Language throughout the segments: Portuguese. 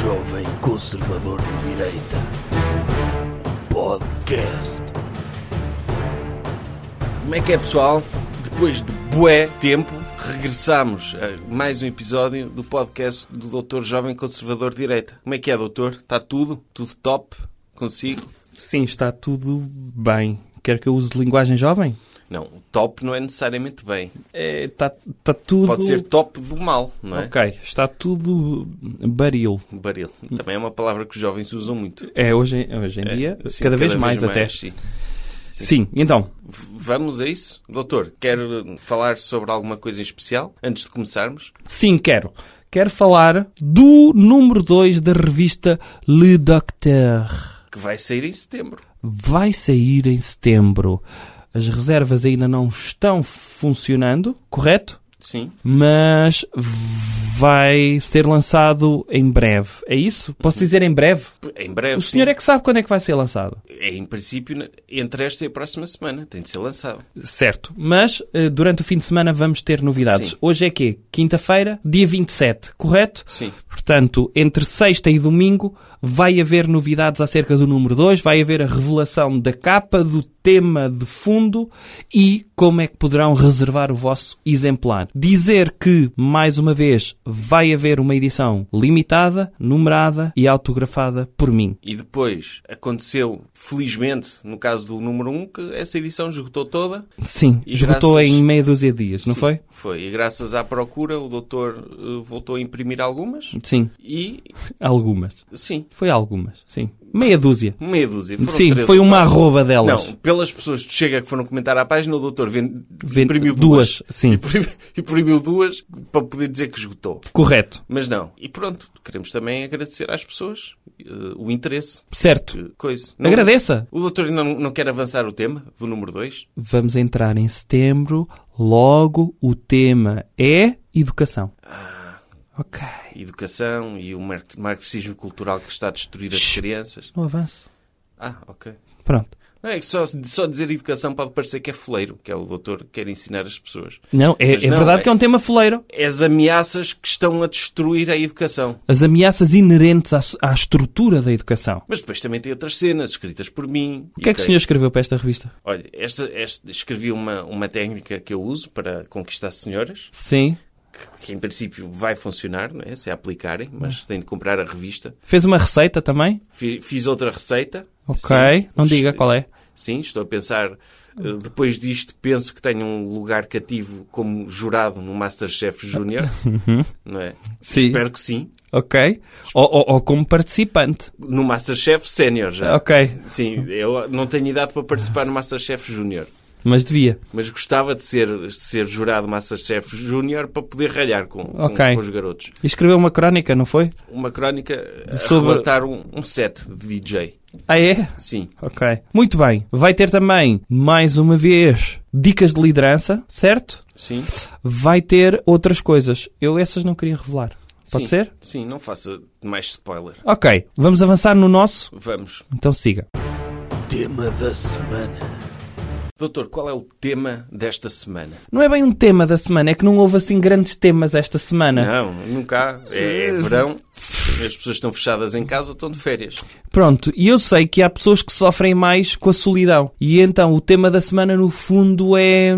Jovem Conservador de Direita. Podcast. Como é que é, pessoal? Depois de bué tempo, regressamos a mais um episódio do podcast do Dr. Jovem Conservador de Direita. Como é que é, doutor? Está tudo? Tudo top? Consigo? Sim, está tudo bem. Quer que eu use linguagem jovem? Não, o top não é necessariamente bem. Está tudo... Pode ser top do mal, não é? Ok, está tudo baril. Baril. Também é uma palavra que os jovens usam muito. É, hoje em dia, sim, cada vez mais até. Sim, então... Vamos a isso? Doutor, quer falar sobre alguma coisa em especial antes de começarmos? Sim, quero. Quero falar do número 2 da revista Le Docteur. Que vai sair em setembro. Vai sair em setembro. As reservas ainda não estão funcionando, correto? Sim. Mas vai ser lançado em breve. É isso? Posso dizer em breve? Em breve, O senhor sim. é que sabe quando é que vai ser lançado. É, em princípio, entre esta e a próxima semana. Tem de ser lançado. Certo. Mas durante o fim de semana vamos ter novidades. Sim. Hoje é quê? Quinta-feira, dia 27, correto? Sim. Portanto, entre sexta e domingo vai haver novidades acerca do número 2, vai haver a revelação da capa, do tema de fundo e como é que poderão reservar o vosso exemplar. Dizer que, mais uma vez, vai haver uma edição limitada, numerada e autografada por mim. E depois aconteceu, felizmente, no caso do número 1, que essa edição esgotou toda. Sim, E esgotou graças- em meia dúzia de dias, não Sim, foi? Foi. E graças à procura, o doutor voltou a imprimir algumas. Sim, E, algumas. sim, Foi algumas, sim. Meia dúzia. meia dúzia. Foram Sim, 13 foi uma quatro. arroba delas. Não, pelas pessoas que chega que foram comentar à página, o doutor imprimiu duas, sim. Imprimiu duas para poder dizer que esgotou. Correto. Mas não. E pronto, queremos também agradecer às pessoas o interesse. Certo. Que coisa. Não- Agradeça. O doutor ainda não quer avançar o tema do número 2? Vamos entrar em setembro. Logo, o tema é educação. Ok. Educação e o marxismo cultural que está a destruir as crianças. No avanço. Ok. Pronto. Não é que só dizer educação pode parecer que é foleiro, que é o doutor que quer ensinar as pessoas. Não, é Mas não, verdade que é um tema foleiro. É as ameaças que estão a destruir a educação. As ameaças inerentes à estrutura da educação. Mas depois também tem outras cenas escritas por mim. O que é que o senhor escreveu para esta revista? Olha, escrevi uma técnica que eu uso para conquistar senhoras, Sim. que em princípio vai funcionar, não é? Se a aplicarem, mas tem de comprar a revista. Fez uma receita também? Fiz outra receita. Ok. Sim. Não diga qual é. Sim, estou a pensar, depois disto, penso que tenho um lugar cativo como jurado no MasterChef Júnior, não é? Sim. Espero que sim. Ok. Ou como participante. No MasterChef Sénior já. Ok. Sim, eu não tenho idade para participar no MasterChef Júnior, Mas devia. mas gostava de ser jurado MasterChef Júnior para poder ralhar com os garotos. E escreveu uma crónica, não foi? Uma crónica a Sobre- relatar um set de DJ. Ah, é? Sim. Ok. Muito bem. Vai ter também, mais uma vez, dicas de liderança, certo? Sim. Vai ter outras coisas. Eu essas não queria revelar. Pode Sim. ser? Sim, não faça mais spoiler. Ok. Vamos avançar no nosso? Vamos. Então siga. Tema da semana. Doutor, qual é o tema desta semana? Não é bem um tema da semana, é que não houve assim grandes temas esta semana. Não, nunca há. É verão, as pessoas estão fechadas em casa ou estão de férias. Pronto, e eu sei que há pessoas que sofrem mais com a solidão. E então o tema da semana, no fundo, é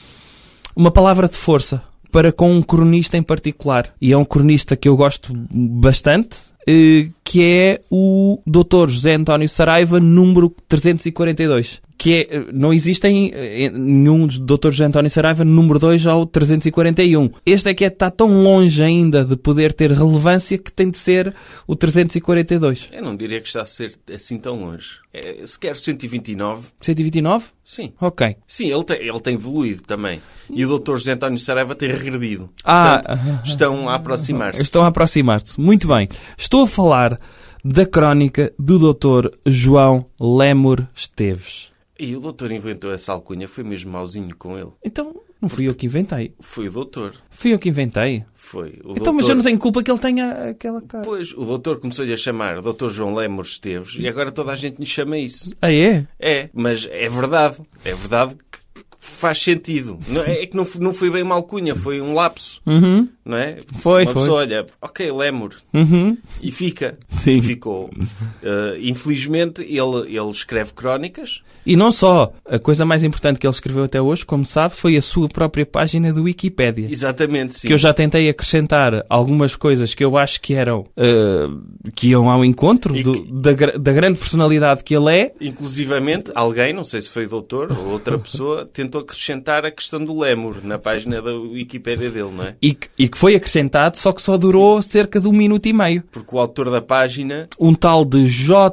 uma palavra de força para com um cronista em particular. E é um cronista que eu gosto bastante, que é o Dr. José António Saraiva, número 342. Que é, não existem nenhum Dr. José António Saraiva número 2 ao 341. Este é que está tão longe ainda de poder ter relevância que tem de ser o 342. Eu não diria que está a ser assim tão longe. Se quer 129, 129? sim. Ok. Sim, ele tem evoluído também. E o Dr. José António Saraiva tem regredido. Ah, Portanto, estão a aproximar-se. Estão a aproximar-se. Muito bem. Estou a falar da crónica do Dr. João Lémur Esteves. E o doutor inventou essa alcunha, foi mesmo mauzinho com ele. Então, não fui eu que inventei. Foi o doutor. Fui eu que inventei. Foi. O Então, mas eu não tenho culpa que ele tenha aquela cara. Pois, o doutor começou-lhe a chamar Dr. João Lémur Esteves e agora toda a gente lhe chama isso. Ah, é? É, mas é verdade. É verdade que faz sentido. É que não foi bem uma alcunha, foi um lapso. Uhum. não é? Foi. Uma pessoa olha, ok, Lémur, e fica. Sim. Ficou. Infelizmente, ele escreve crónicas. E não só. A coisa mais importante que ele escreveu até hoje, como sabe, foi a sua própria página do Wikipédia. Exatamente, sim. Que eu já tentei acrescentar algumas coisas que eu acho que eram que iam ao encontro da grande personalidade que ele é. Inclusivamente, alguém, não sei se foi o doutor ou outra pessoa, tentou acrescentar a questão do Lémur na página da Wikipédia dele, não é? E que foi acrescentado, só que só durou cerca de 1 minuto e meio. Porque o autor da página... Um tal de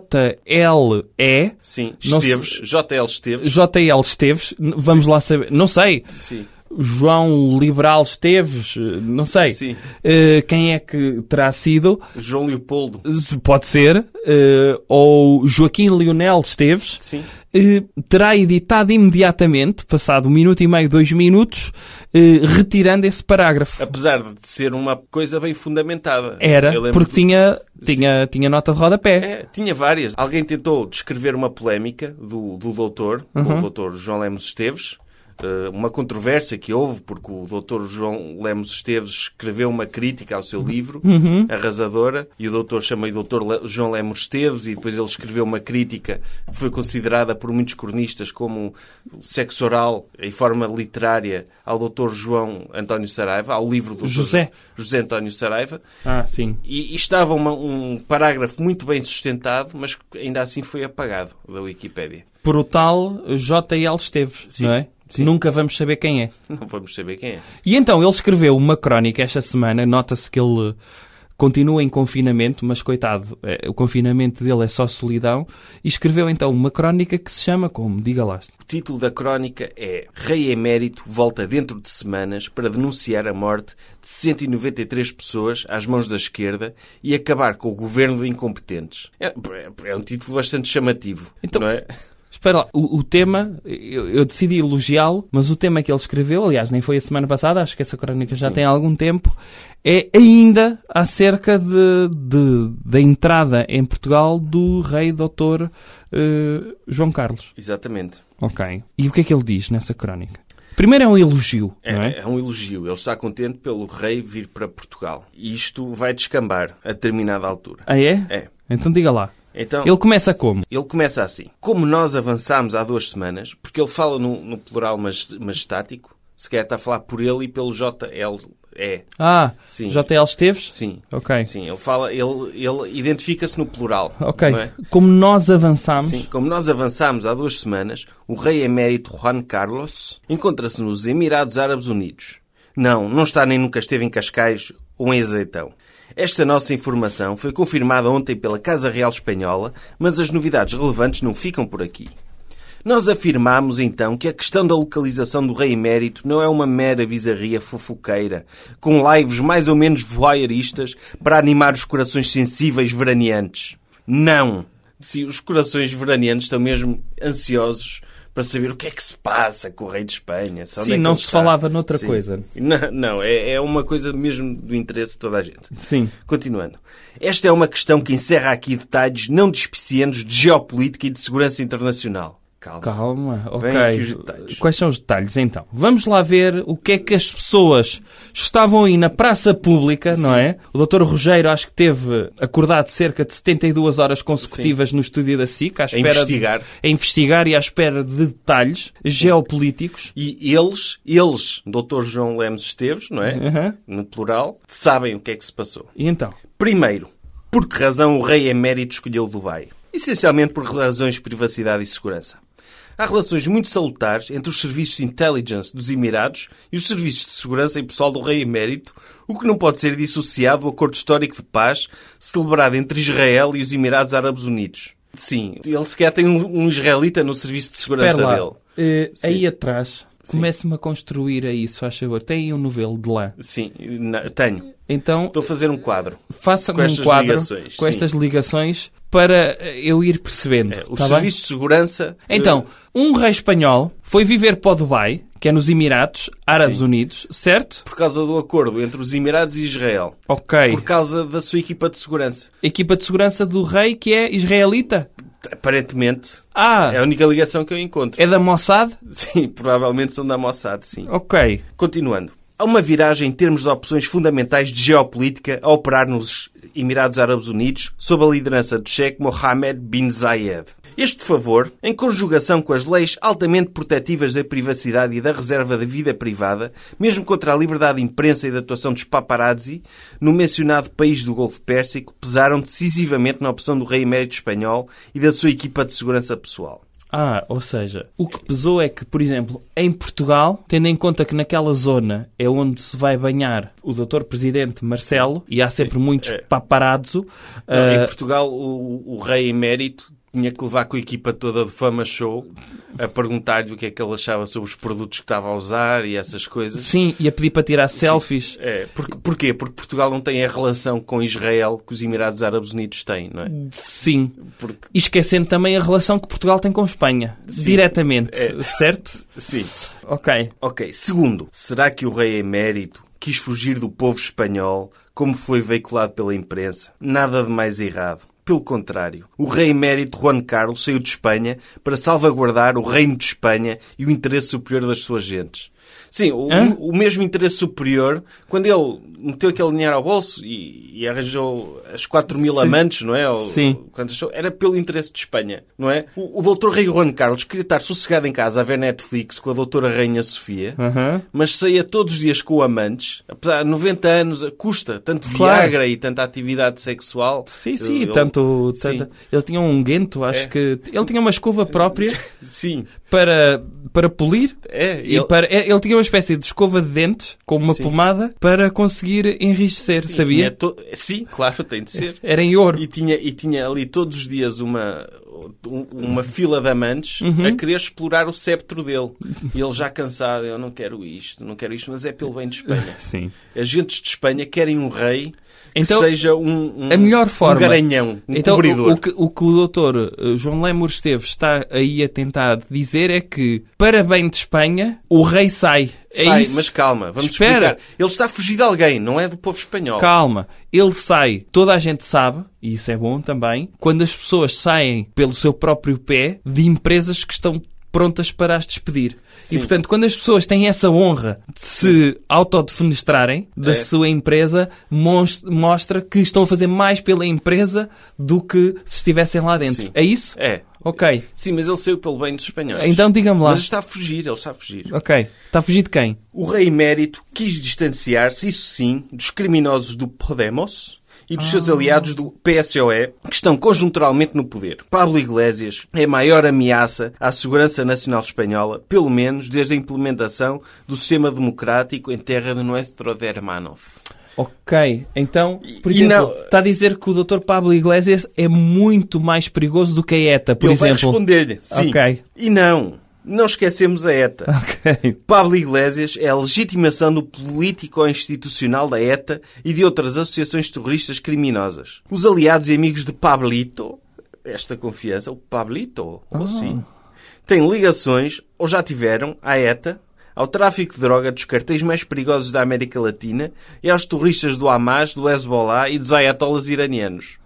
J.L.E. Sim, Não Esteves. J.L. Esteves. J.L. Esteves. Vamos lá saber. Não sei. Sim. João Liberal Esteves. Não sei. Sim. Quem é que terá sido? João Leopoldo. Pode ser. Ou Joaquim Leonel Esteves. Sim. Terá editado imediatamente, passado 1 minuto e meio, 2 minutos, retirando esse parágrafo. Apesar de ser uma coisa bem fundamentada. Era, porque tinha nota de rodapé. Tinha várias. Alguém tentou descrever uma polémica do doutor, com o doutor João Lemos Esteves. Uma controvérsia que houve, porque o doutor João Lemos Esteves escreveu uma crítica ao seu livro, arrasadora, e o doutor chama-lhe doutor João Lemos Esteves, e depois ele escreveu uma crítica que foi considerada por muitos cronistas como sexo oral, em forma literária, ao doutor João António Saraiva, ao livro do José António Saraiva. Sim. E estava um parágrafo muito bem sustentado, mas ainda assim foi apagado da Wikipédia. Por o tal J.L. Esteves, Sim. não é? Sim. Nunca vamos saber quem é. Não vamos saber quem é. E então ele escreveu uma crónica esta semana. Nota-se que ele continua em confinamento, mas coitado, o confinamento dele é só solidão. E escreveu então uma crónica que se chama como? Diga lá. O título da crónica é Rei Emérito volta dentro de semanas para denunciar a morte de 193 pessoas às mãos da esquerda e acabar com o governo de incompetentes. É um título bastante chamativo, Então, não é? Espera lá, o tema, eu decidi elogiá-lo, mas o tema que ele escreveu, aliás, nem foi a semana passada, acho que essa crónica já tem algum tempo, é ainda acerca da entrada em Portugal do rei doutor João Carlos. Exatamente. Ok. E o que é que ele diz nessa crónica? Primeiro é um elogio, não é? É um elogio. Ele está contente pelo rei vir para Portugal. E isto vai descambar a determinada altura. Ah, é? É. Então diga lá. Então, Ele começa como? Ele começa assim. Como nós avançámos há 2 semanas, porque ele fala no plural majestático, se quer está a falar por ele e pelo JLE. Sim. J.L. Esteves? Sim. Ok. Sim, ele identifica-se no plural. Ok. Não é? Como nós avançámos. Sim, como nós avançámos há 2 semanas, o rei emérito Juan Carlos encontra-se nos Emirados Árabes Unidos. Não está nem nunca esteve em Cascais ou em Azeitão. Esta nossa informação foi confirmada ontem pela Casa Real Espanhola, mas as novidades relevantes não ficam por aqui. Nós afirmamos, então, que a questão da localização do rei emérito não é uma mera bizarria fofoqueira, com lives mais ou menos voyeuristas para animar os corações sensíveis veraneantes. Não! Sim, os corações veraneantes estão mesmo ansiosos para saber o que é que se passa com o rei de Espanha. Sim, não se falava noutra coisa. Não, é uma coisa mesmo do interesse de toda a gente. Sim. Continuando. Esta é uma questão que encerra aqui detalhes não despicientos de geopolítica e de segurança internacional. Calma, ok. Vem aqui os detalhes. Quais são os detalhes, então? Vamos lá ver o que é que as pessoas estavam aí na praça pública, não é? O Dr. Rogério acho que teve acordado cerca de 72 horas consecutivas no estúdio da SIC, à espera a investigar e à espera de detalhes geopolíticos. E eles, Dr. João Lemos Esteves, não é? No plural, sabem o que é que se passou. E então? Primeiro, por que razão o rei emérito escolheu Dubai? Essencialmente por razões de privacidade e segurança. Há relações muito salutares entre os serviços de intelligence dos Emirados e os serviços de segurança e pessoal do rei emérito, o que não pode ser dissociado do acordo histórico de paz celebrado entre Israel e os Emirados Árabes Unidos. Sim, ele sequer tem um israelita no serviço de segurança dele. Aí atrás, comece-me a construir aí, se faz favor. Tem aí um novelo de lá? Sim, tenho. Então, estou a fazer um quadro. Faça-me um quadro com estas ligações para eu ir percebendo. Os serviços de segurança... Então, um rei espanhol foi viver para o Dubai, que é nos Emirados Árabes Unidos, certo? Por causa do acordo entre os Emirados e Israel. Ok. Por causa da sua equipa de segurança. Equipa de segurança do rei, que é israelita? Aparentemente. É a única ligação que eu encontro. É da Mossad? Sim, provavelmente são da Mossad, sim. Ok. Continuando. há uma viragem em termos de opções fundamentais de geopolítica a operar nos Emirados Árabes Unidos sob a liderança do Sheikh Mohammed bin Zayed. Este favor, em conjugação com as leis altamente protetivas da privacidade e da reserva da vida privada, mesmo contra a liberdade de imprensa e de atuação dos paparazzi, no mencionado país do Golfo Pérsico, pesaram decisivamente na opção do rei emérito espanhol e da sua equipa de segurança pessoal. Ou seja, o que pesou é que, por exemplo, em Portugal, tendo em conta que naquela zona é onde se vai banhar o Dr. Presidente Marcelo, e há sempre muitos paparazzo... Em Portugal, o rei emérito tinha que levar com a equipa toda de Fama Show a perguntar-lhe o que é que ele achava sobre os produtos que estava a usar e essas coisas. Sim, e a pedir para tirar selfies. Porquê? Porque Portugal não tem a relação com Israel que os Emirados Árabes Unidos têm, não é? Sim. E esquecendo também a relação que Portugal tem com Espanha. Sim. Diretamente. Certo? Sim. Ok. Segundo, será que o rei emérito quis fugir do povo espanhol como foi veiculado pela imprensa? Nada de mais errado. Pelo contrário, o rei emérito Juan Carlos saiu de Espanha para salvaguardar o reino de Espanha e o interesse superior das suas gentes. Sim, o mesmo interesse superior, quando ele meteu aquele dinheiro ao bolso e arranjou as 4.000 amantes, não é? Sim. Era pelo interesse de Espanha, não é? O doutor rei Juan Carlos queria estar sossegado em casa a ver Netflix com a doutora rainha Sofia, mas saía todos os dias com amantes, apesar de 90 anos, custa tanto Viagra e tanta atividade sexual. Sim, tanto. Ele tinha um guento, acho que... Ele tinha uma escova própria. Sim. Para polir. Ele tinha uma espécie de escova de dentes com uma pomada para conseguir enrijecer, sabia? Sim, claro, tem de ser. Era em ouro. E tinha ali todos os dias uma fila de amantes a querer explorar o sceptro dele. E ele já cansado, eu não quero isto, mas é pelo bem de Espanha. Sim. As gentes de Espanha querem um rei então, que seja a melhor forma, um garanhão, cobridor. O que o doutor João Lémur Esteves está aí a tentar dizer é que, para bem de Espanha, o rei sai. Sai, mas calma, vamos explicar. Ele está a fugir de alguém, não é do povo espanhol. Calma, ele sai, toda a gente sabe, e isso é bom também, quando as pessoas saem pelo seu próprio pé de empresas que estão prontas para as despedir. Sim. E, portanto, quando as pessoas têm essa honra de se autodefenestrarem da sua empresa, mostra que estão a fazer mais pela empresa do que se estivessem lá dentro. Sim. É isso? É. Ok. Sim, mas ele saiu pelo bem dos espanhóis. Então diga-me lá. Mas ele está a fugir. Ok. Está a fugir de quem? O rei emérito quis distanciar-se, isso sim, dos criminosos do Podemos e dos seus aliados do PSOE, que estão conjunturalmente no poder. Pablo Iglesias é a maior ameaça à segurança nacional espanhola, pelo menos desde a implementação do sistema democrático em terra de nuestro hermanos. Ok, então, por exemplo, está a dizer que o Dr. Pablo Iglesias é muito mais perigoso do que a ETA, por exemplo. Ele vai responder-lhe, sim. Okay. E não esquecemos a ETA. Okay. Pablo Iglesias é a legitimação do político-institucional da ETA e de outras associações terroristas criminosas. Os aliados e amigos de Pablito, esta confiança, o Pablito, ou sim, têm ligações, ou já tiveram, à ETA, ao tráfico de droga dos cartéis mais perigosos da América Latina e aos terroristas do Hamas, do Hezbollah e dos ayatollahs iranianos.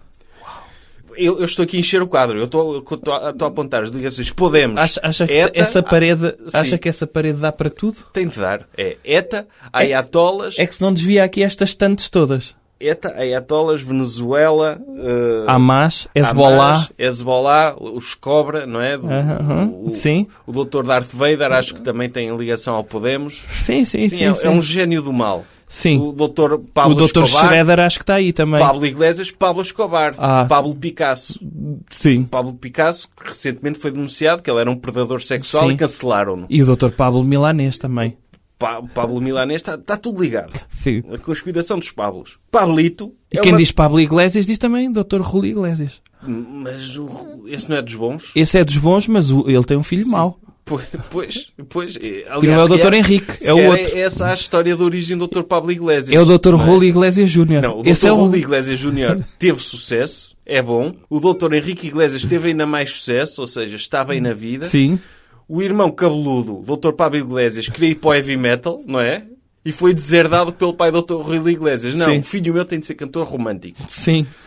Eu estou aqui a encher o quadro. Eu estou a apontar as ligações. Podemos. Acha que essa parede dá para tudo? Tem de dar. É ETA, ayatollahs... É que se não desvia aqui estas tantas todas. ETA, ayatollahs, Venezuela... Hamas, Hezbollah, os Cobra, não é? Sim. O Dr. Darth Vader, acho que também tem ligação ao Podemos. Sim. É um gênio do mal. Sim. O Dr. Pablo Escobar... Schroeder acho que está aí também. Pablo Iglesias, Pablo Escobar. Pablo Picasso. Sim. Pablo Picasso, que recentemente foi denunciado que ele era um predador sexual e cancelaram-no. E o Dr. Pablo Milanês também. Pablo Milanês está tudo ligado. Sim. A conspiração dos Pablos. Pablito... E quem diz Pablo Iglesias diz também Dr. Rui Iglesias. Mas esse não é dos bons? Esse é dos bons, mas ele tem um filho mau. Pois. Aliás, não é o Dr. Henrique, é o outro. Essa é a história da origem do Dr. Pablo Iglesias. É o Dr. Rui Iglesias Júnior. Não, o Dr. Rui Iglesias Júnior teve sucesso, é bom. O Dr. Henrique Iglesias teve ainda mais sucesso, ou seja, está bem na vida. Sim. O irmão cabeludo, o Dr. Pablo Iglesias, queria ir para o heavy metal, não é? E foi deserdado pelo pai do Dr. Rui Iglesias. Não, o filho meu tem de ser cantor romântico. Sim.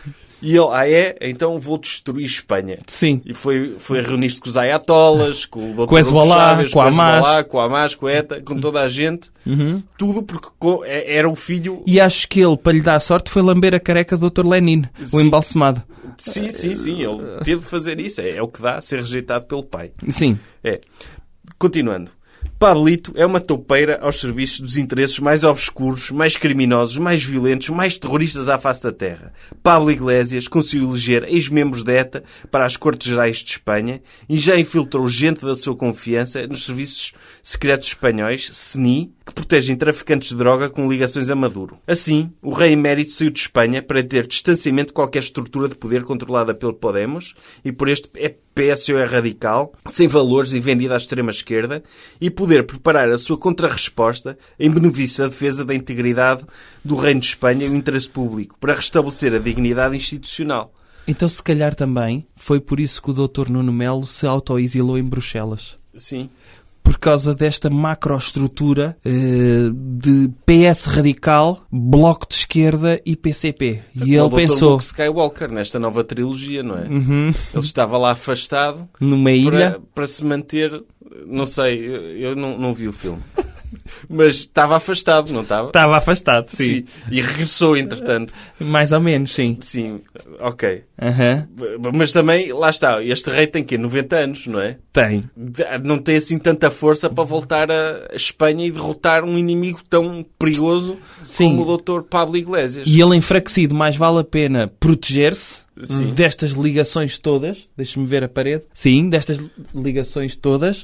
E ele, então vou destruir Espanha. Sim. E foi reunir-se com os ayatollahs, com o Dr. Com o Hezbollah, Chávez, com a Hamas. com a Hamas, com a ETA, com toda a gente. Tudo porque era o filho... E acho que ele, para lhe dar sorte, foi lamber a careca do Dr. Lenin, o embalsamado. Sim. Ele teve de fazer isso. É o que dá ser rejeitado pelo pai. Sim. Continuando. Pablito é uma toupeira aos serviços dos interesses mais obscuros, mais criminosos, mais violentos, mais terroristas à face da terra. Pablo Iglesias conseguiu eleger ex-membros da ETA para as Cortes Gerais de Espanha e já infiltrou gente da sua confiança nos serviços secretos espanhóis, SNI, que protegem traficantes de droga com ligações a Maduro. Assim, o rei emérito saiu de Espanha para ter distanciamento de qualquer estrutura de poder controlada pelo Podemos e por este PSOE radical, sem valores e vendida à extrema-esquerda, e poder preparar a sua contrarresposta em benefício da defesa da integridade do Reino de Espanha e o interesse público, para restabelecer a dignidade institucional. Então, se calhar também foi por isso que o Dr. Nuno Melo se autoexilou em Bruxelas. Sim. Por causa desta macroestrutura de PS radical, Bloco de Esquerda e PCP. E ele pensou... Luke Skywalker, nesta nova trilogia, não é? Ele estava lá afastado... Numa ilha. Para se manter... Não sei, eu não vi o filme. Mas estava afastado, não estava? Estava afastado, sim. E regressou, entretanto. Mais ou menos, sim. Sim, ok. Mas também, lá está, este rei tem quê? 90 anos, não é? Tem. Não tem assim tanta força para voltar a Espanha e derrotar um inimigo tão perigoso como o Dr. Pablo Iglesias. E ele enfraquecido, mais vale a pena proteger-se destas ligações todas. Deixa-me ver a parede. Sim, destas ligações todas...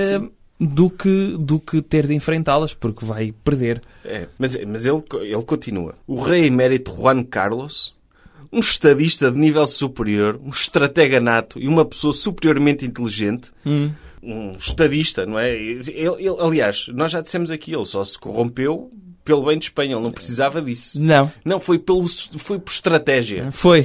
Do que ter de enfrentá-las, porque vai perder. Mas ele continua. O rei emérito Juan Carlos, um estadista de nível superior, um estratega nato e uma pessoa superiormente inteligente, um estadista, não é? Ele, aliás, nós já dissemos aqui, ele só se corrompeu pelo bem de Espanha, ele não precisava disso. Não, foi por estratégia. Foi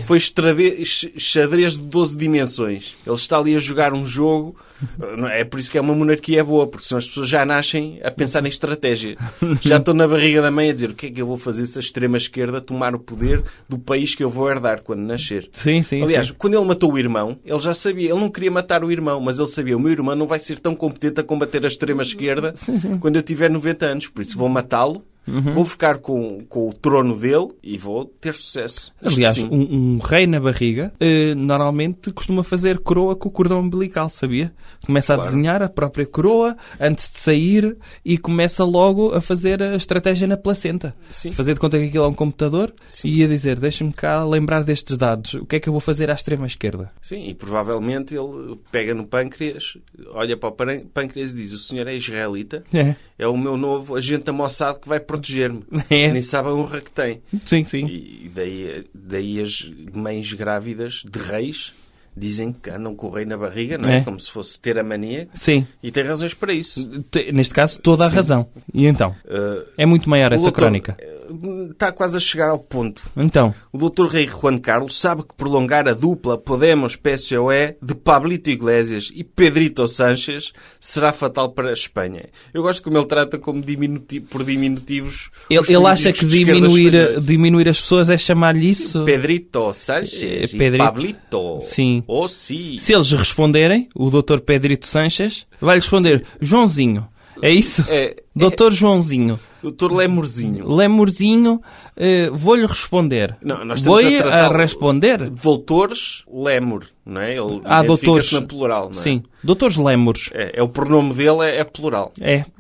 xadrez de 12 dimensões. Ele está ali a jogar um jogo. É por isso que é uma monarquia boa, porque senão as pessoas já nascem a pensar em estratégia. Já estão na barriga da mãe a dizer o que é que eu vou fazer se a extrema-esquerda tomar o poder do país que eu vou herdar quando nascer. Aliás, quando ele matou o irmão, ele já sabia. Ele não queria matar o irmão, mas ele sabia, o meu irmão não vai ser tão competente a combater a extrema-esquerda quando eu tiver 90 anos. Por isso vou matá-lo. Vou ficar com o trono dele e vou ter sucesso. Aliás, um rei na barriga normalmente costuma fazer coroa com o cordão umbilical, sabia? Começa a desenhar a própria coroa antes de sair e começa logo a fazer a estratégia na placenta. Fazer de conta que aquilo é um computador e a dizer, deixa-me cá lembrar destes dados. O que é que eu vou fazer à extrema-esquerda? Sim, e provavelmente ele pega no pâncreas, olha para o pâncreas e diz, o senhor é israelita, é o meu novo agente da Mossad que vai proteger-me. Nem sabe a honra que tem. Sim. E daí as mães grávidas de reis dizem que andam com o rei na barriga, não é? Como se fosse ter a mania. E tem razões para isso. Neste caso, toda a razão. E então? É muito maior essa crónica. Está quase a chegar ao ponto. Então? O Dr. Rei Juan Carlos sabe que prolongar a dupla Podemos-PSOE de Pablito Iglesias e Pedrito Sánchez será fatal para a Espanha. Eu gosto como ele trata como por diminutivos. Ele acha que diminuir as pessoas é chamar-lhe isso? Pedrito Sánchez e Pablito. Sim. Sim. Se eles responderem, o Dr. Pedrito Sánchez vai responder Joãozinho. É isso? Doutor Joãozinho. Doutor Lemurzinho. Lemurzinho, vou-lhe responder. Não, nós vou-lhe a responder? Doutores Lemur, não é? Ele doutores. na plural, não é? Sim. Doutores Lemures. O pronome dele é plural.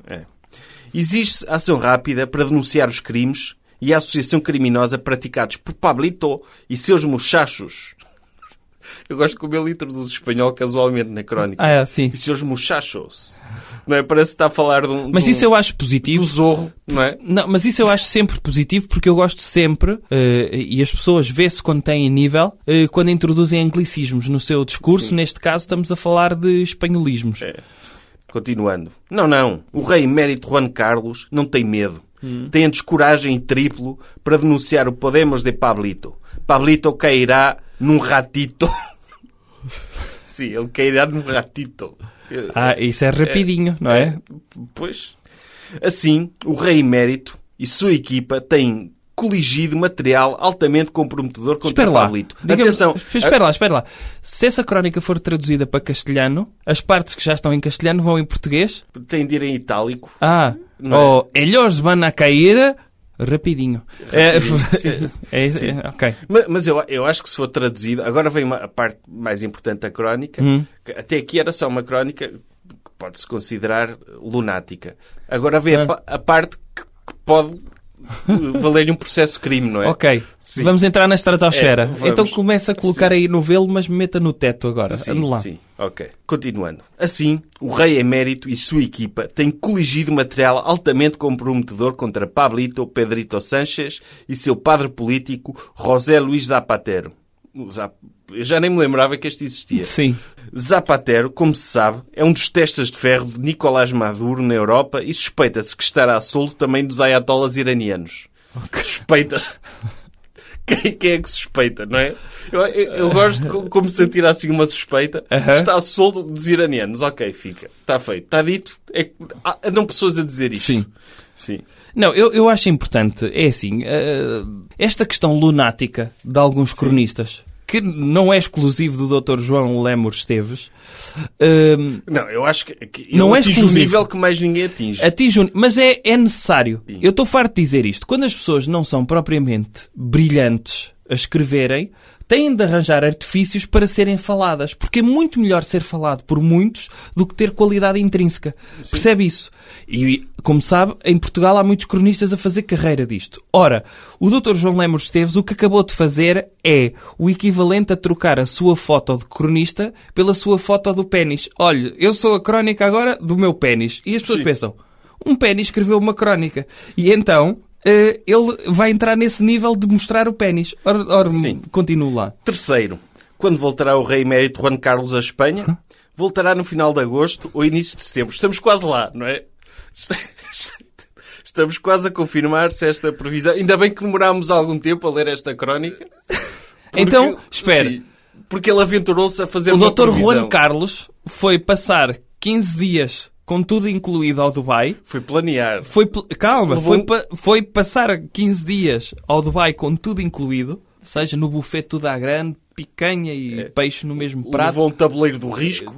Exige-se ação rápida para denunciar os crimes e a associação criminosa praticados por Pablito e seus muchachos. Eu gosto como ele introduz o espanhol casualmente na crónica. Sim. E seus muchachos. Não é? Parece que está a falar de um... Mas isso eu acho positivo. Do Zorro, não é? Não, mas isso eu acho sempre positivo porque eu gosto sempre, e as pessoas vê-se quando têm nível, quando introduzem anglicismos no seu discurso. Neste caso estamos a falar de espanholismos. Continuando. Não. O rei emérito Juan Carlos não tem medo. Tem a descoragem em triplo para denunciar o Podemos de Pablito. Pablito cairá num ratito. Sim, ele cairá num ratito. Isso é rapidinho, não é? Pois. Assim, o rei emérito e sua equipa têm coligido material altamente comprometedor contra Espera lá. Pablito. Diga-me- Atenção. Espera lá. Se essa crónica for traduzida para castelhano, as partes que já estão em castelhano vão em português? Tem de ir em itálico. Não é? Ellos van a cair rapidinho. Sim. Ok. Mas eu acho que se for traduzido... Agora vem a parte mais importante da crónica. Que até aqui era só uma crónica que pode-se considerar lunática. Agora vem a parte que pode valer-lhe um processo crime, não é? Ok. Sim. Vamos entrar na estratosfera. Vamos. Então começa a colocar aí novelo, mas meta no teto agora. Ande lá. Sim, ok. Continuando. Assim, o rei emérito e sua equipa têm coligido material altamente comprometedor contra Pablito Pedrito Sánchez e seu padre político José Luís Zapatero. Eu já nem me lembrava que este existia. Sim. Zapatero, como se sabe, é um dos testas de ferro de Nicolás Maduro na Europa e suspeita-se que estará solto também dos ayatollahs iranianos. Suspeita. Quem é que suspeita, não é? Eu gosto de como se atira assim uma suspeita. Está solto dos iranianos. Ok, fica. Está feito. Está dito. Andam pessoas a dizer isto. Sim. Não, eu acho importante. É assim, esta questão lunática de alguns cronistas, que não é exclusivo do Dr. João Lemur Esteves. Não, eu acho que não é atinge um nível que mais ninguém atinge. Mas é necessário. Sim. Eu estou farto de dizer isto. Quando as pessoas não são propriamente brilhantes a escreverem, têm de arranjar artifícios para serem faladas. Porque é muito melhor ser falado por muitos do que ter qualidade intrínseca. Sim. Percebe isso? E, como sabe, em Portugal há muitos cronistas a fazer carreira disto. Ora, o Dr. João Lemur Esteves o que acabou de fazer é o equivalente a trocar a sua foto de cronista pela sua foto do pénis. Olha, eu sou a crónica agora do meu pénis. E as pessoas pensam, um pénis escreveu uma crónica. E então... ele vai entrar nesse nível de mostrar o pénis. Ora, continuo lá. Terceiro, quando voltará o rei emérito Juan Carlos à Espanha? Voltará no final de agosto ou início de setembro. Estamos quase lá, não é? Estamos quase a confirmar-se esta previsão. Ainda bem que demorámos algum tempo a ler esta crónica. Então, espera. Sim, porque ele aventurou-se a fazer uma previsão. O Dr. Juan Carlos foi passar 15 dias... com tudo incluído ao Dubai. Foi planear. Foi passar 15 dias ao Dubai com tudo incluído. Seja no buffet tudo à grande, picanha e peixe no mesmo prato. Levou um tabuleiro do risco.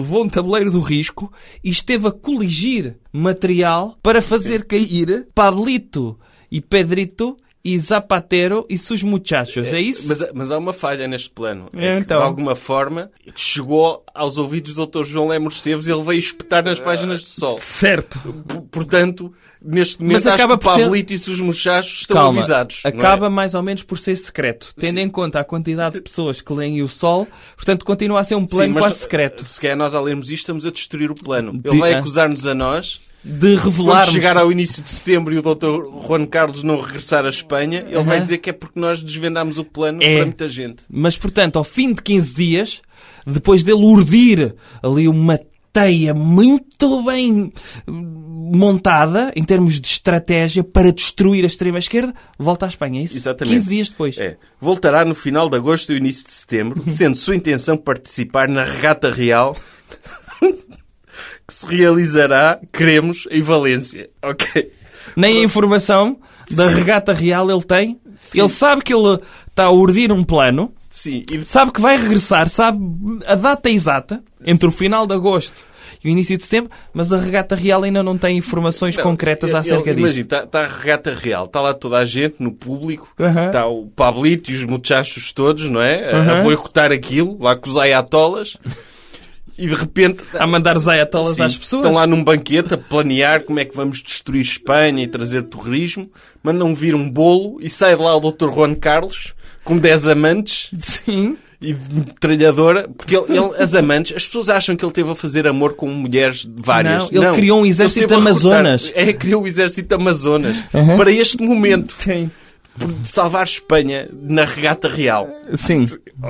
E esteve a coligir material para fazer cair Pablito e Pedrito e Zapatero e seus muchachos. É isso? Mas há uma falha neste plano. Então. De alguma forma, chegou aos ouvidos do Dr. João Lemur Esteves e ele veio espetar nas páginas do Sol. Certo. Portanto, neste momento, acho que o Pablito e os seus muchachos estão avisados. Acaba mais ou menos por ser secreto. Tendo em conta a quantidade de pessoas que leem o Sol, portanto, continua a ser um plano quase secreto. Se calhar nós, ao lermos isto, estamos a destruir o plano. Ele vai acusar-nos a nós... de revelarmos... Quando chegar ao início de setembro e o Dr. Juan Carlos não regressar à Espanha, ele vai dizer que é porque nós desvendámos o plano para muita gente. Mas, portanto, ao fim de 15 dias, depois dele urdir ali uma teia muito bem montada, em termos de estratégia, para destruir a extrema-esquerda, volta à Espanha, é isso? Exatamente. 15 dias depois. Voltará no final de agosto e início de setembro, sendo sua intenção participar na regata real... que se realizará, queremos, em Valência. Ok. Nem a informação da regata real ele tem. Sim. Ele sabe que ele está a urdir um plano. Sim. Sabe que vai regressar. Sabe a data exata entre o final de agosto e o início de setembro. Mas a regata real ainda não tem informações concretas acerca disso. Imagina, está a regata real. Está lá toda a gente, no público. Está o Pablito e os muchachos todos, não é? A boicotar aquilo, lá com os ayatollahs. E de repente... a mandar os ayatollahs às pessoas. Estão lá num banquete a planear como é que vamos destruir Espanha e trazer terrorismo. Mandam vir um bolo e sai de lá o Dr. Juan Carlos com 10 amantes. Sim. E de metralhadora. Porque as amantes... As pessoas acham que ele esteve a fazer amor com mulheres várias. Não, ele criou um exército Amazonas. Criou o exército Amazonas. Para este momento. Sim. De salvar Espanha na regata real. Sim. Ok.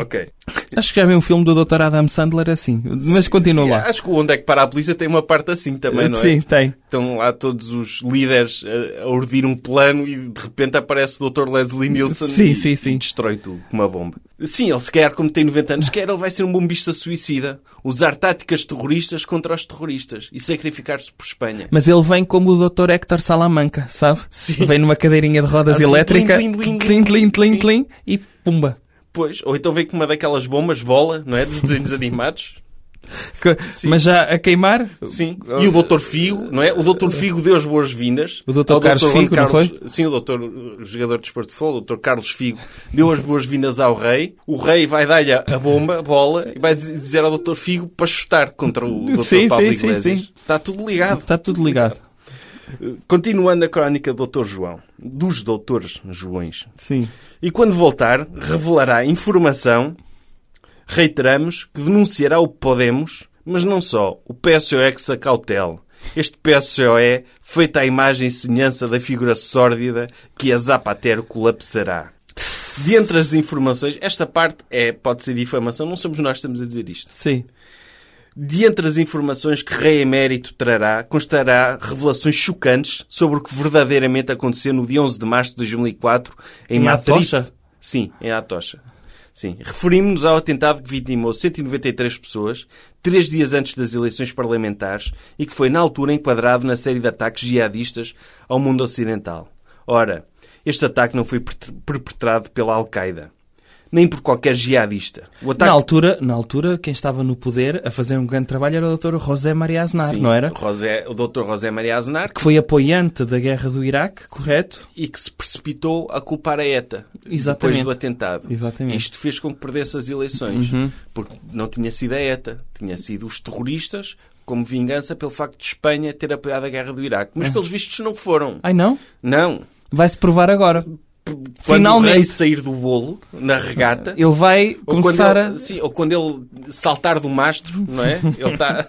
Acho que já vi um filme do Dr. Adam Sandler assim. Mas continua Sim, lá. acho que o Onde é que para a polícia tem uma parte assim também, não é? Sim, tem. Estão lá todos os líderes a urdir um plano e de repente aparece o Dr. Leslie Nielsen Sim, e, sim, sim. e destrói tudo com uma bomba. Sim, ele se quer, como tem 90 anos, ele vai ser um bombista suicida. Usar táticas terroristas contra os terroristas e sacrificar-se por Espanha. Mas ele vem como o Dr. Héctor Salamanca, sabe? Sim. Vem numa cadeirinha de rodas Assim, elétrica, tlim, tlim, tlim, tlim, tlim, Sim. tlim, e pumba. Pois, ou então vem com uma daquelas bombas, bola, não é? Dos desenhos animados. Mas já a queimar? Sim. E o Dr. Figo, não é? O Dr. Figo deu as boas-vindas. O Dr. ao Carlos Dr. Figo, não foi? Sim, o jogador de desporto de futebol, o Dr. Carlos Figo, deu as boas-vindas ao rei. O rei vai dar-lhe a bomba, a bola, e vai dizer ao Dr. Figo para chutar contra o Dr. Sim, Paulo sim, Iglesias. sim. Está tudo ligado. Está tudo ligado. Continuando a crónica do Dr. João. Dos doutores Joões. Sim. E quando voltar, revelará informação, reiteramos, que denunciará o Podemos, mas não só, o PSOE que se acautele. Este PSOE feito à imagem e semelhança da figura sórdida que a Zapatero colapsará. De entre as informações, esta parte pode ser difamação, não somos nós que estamos a dizer isto. Sim. De entre as informações que Rei Emérito trará, constará revelações chocantes sobre o que verdadeiramente aconteceu no dia 11 de março de 2004 em Madrid. Atocha? Sim, em Atocha. Sim. Referimos-nos ao atentado que vitimou 193 pessoas 3 dias antes das eleições parlamentares e que foi na altura enquadrado na série de ataques jihadistas ao mundo ocidental. Ora, este ataque não foi perpetrado pela Al-Qaeda. Nem por qualquer jihadista. O ataque... Na altura, quem estava no poder a fazer um grande trabalho era o Dr. José Maria Aznar, Sim, não era? o Dr. José Maria Aznar, Que foi apoiante da guerra do Iraque, correto? e que se precipitou a culpar a ETA Exatamente. depois do atentado. Exatamente. Isto fez com que perdesse as eleições. Uhum. Porque não tinha sido a ETA. Tinha sido os terroristas como vingança pelo facto de Espanha ter apoiado a guerra do Iraque. Mas pelos vistos não foram. Ai não? Não. Vai-se provar agora. Quando Finalmente. o rei sair do bolo, na regata... Ele vai Ou começar quando ele, sim, ou quando ele saltar do mastro, não é? Ele está...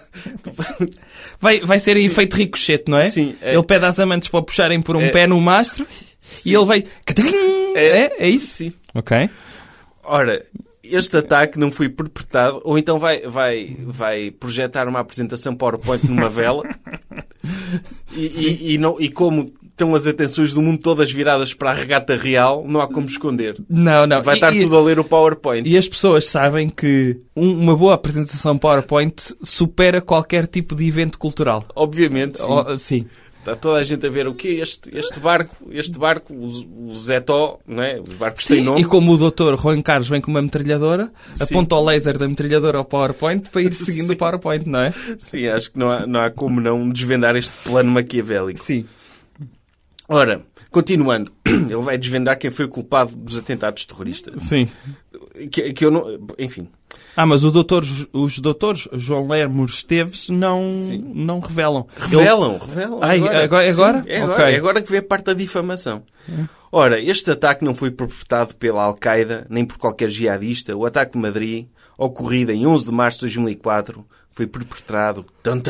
Vai ser em efeito ricochete, não é? Sim, é. Ele pede às amantes para puxarem por um pé no mastro e ele vai... É isso? Sim. Ok. Ora, este ataque não foi perpetrado, ou então vai projetar uma apresentação PowerPoint numa vela e como estão as atenções do mundo todas viradas para a regata real, não há como esconder. Não. Vai estar tudo a ler o PowerPoint. E as pessoas sabem que uma boa apresentação PowerPoint supera qualquer tipo de evento cultural. Obviamente, sim. Sim. Está toda a gente a ver o quê? Este barco, o Zetó, não é? Os barcos sem Sim, nome. e como o Dr. Juan Carlos vem com uma metralhadora, aponta o laser da metralhadora ao PowerPoint para ir seguindo o PowerPoint, não é? Sim, acho que não há como não desvendar este plano maquiavélico. Sim. Ora, continuando, ele vai desvendar quem foi o culpado dos atentados terroristas. Sim. Que eu não... Enfim. Mas os doutores João Lemos Esteves não revelam. Revelam. Ai, agora? Sim, é agora. Ok. É agora que vê a parte da difamação. Ora, este ataque não foi perpetrado pela Al-Qaeda, nem por qualquer jihadista. O ataque de Madrid, ocorrido em 11 de março de 2004, foi perpetrado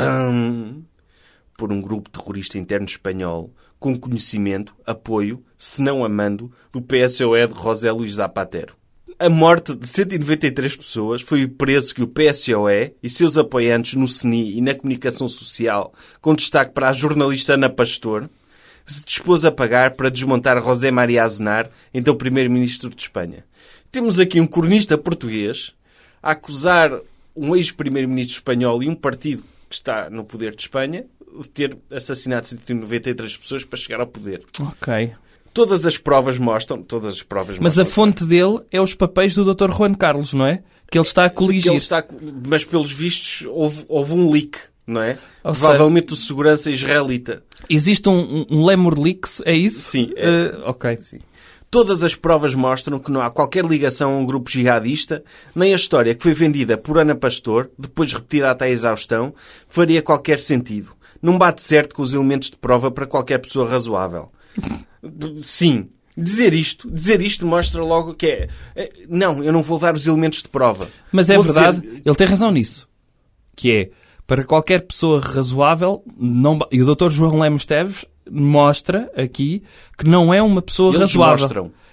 por um grupo terrorista interno espanhol com conhecimento, apoio, se não amando, do PSOE de José Luís Zapatero. A morte de 193 pessoas foi o preço que o PSOE e seus apoiantes no CNI e na comunicação social, com destaque para a jornalista Ana Pastor, se dispôs a pagar para desmontar José Maria Aznar, então primeiro-ministro de Espanha. Temos aqui um cronista português a acusar um ex-primeiro-ministro espanhol e um partido que está no poder de Espanha de ter assassinado 193 pessoas para chegar ao poder. Ok. Todas as provas mostram... Mas a fonte dele é os papéis do Dr. Juan Carlos, não é? Que ele está a coligir. Mas, pelos vistos, houve um leak, não é? Ou Provavelmente o segurança israelita. Existe um Lemur Leaks, é isso? Sim. Ok. Sim. Todas as provas mostram que não há qualquer ligação a um grupo jihadista, nem a história que foi vendida por Ana Pastor, depois repetida até a exaustão, faria qualquer sentido. Não bate certo com os elementos de prova para qualquer pessoa razoável. Sim. Dizer isto mostra logo que é... Não, eu não vou dar os elementos de prova. Mas é vou verdade, dizer... ele tem razão nisso. Que é, para qualquer pessoa razoável, e o Dr. João Lemos Esteves mostra aqui que não é uma pessoa Eles razoável. mostram.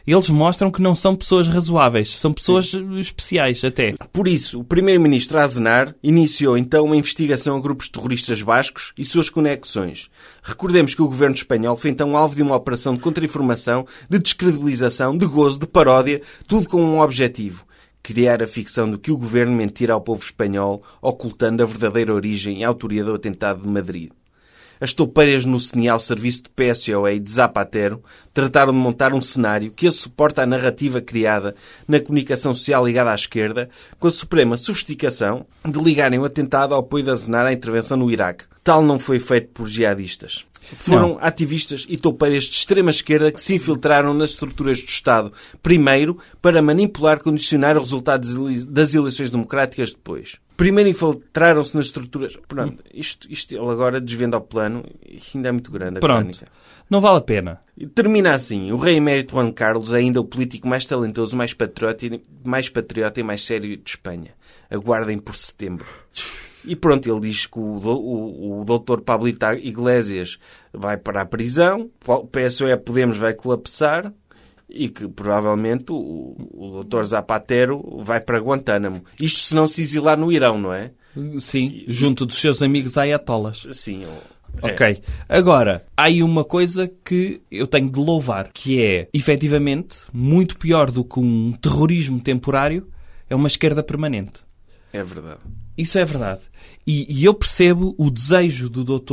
Eles mostram que não são pessoas razoáveis. São pessoas especiais, até. Por isso, o primeiro-ministro Aznar iniciou então uma investigação a grupos terroristas bascos e suas conexões. Recordemos que o governo espanhol foi então alvo de uma operação de contra-informação, de descredibilização, de gozo, de paródia, tudo com um objetivo: criar a ficção de que o governo mentira ao povo espanhol, ocultando a verdadeira origem e a autoria do atentado de Madrid. As toupeiras no CNI ao serviço de PSOE e de Zapatero trataram de montar um cenário que suporta a narrativa criada na comunicação social ligada à esquerda, com a suprema sofisticação de ligarem o atentado ao apoio de Aznar à intervenção no Iraque. Tal não foi feito por jihadistas. Foram ativistas e toupeiras de extrema-esquerda que se infiltraram nas estruturas do Estado, primeiro, para manipular e condicionar os resultados das eleições democráticas depois. Primeiro infiltraram-se nas estruturas... Pronto, isto ele agora desvenda ao plano e ainda é muito grande a crónica. Não vale a pena. E termina assim. O rei emérito Juan Carlos é ainda o político mais talentoso, mais patriota e mais sério de Espanha. Aguardem por setembro. E pronto, ele diz que o doutor Pablito Iglesias vai para a prisão, o PSOE Podemos vai colapsar e que provavelmente o doutor Zapatero vai para Guantánamo. Isto se não se exilar no Irão, não é? Sim, junto dos seus amigos ayatollahs. Sim. Ok. Agora, há aí uma coisa que eu tenho de louvar, que é, efetivamente, muito pior do que um terrorismo temporário, é uma esquerda permanente. É verdade. Isso é verdade. E eu percebo o desejo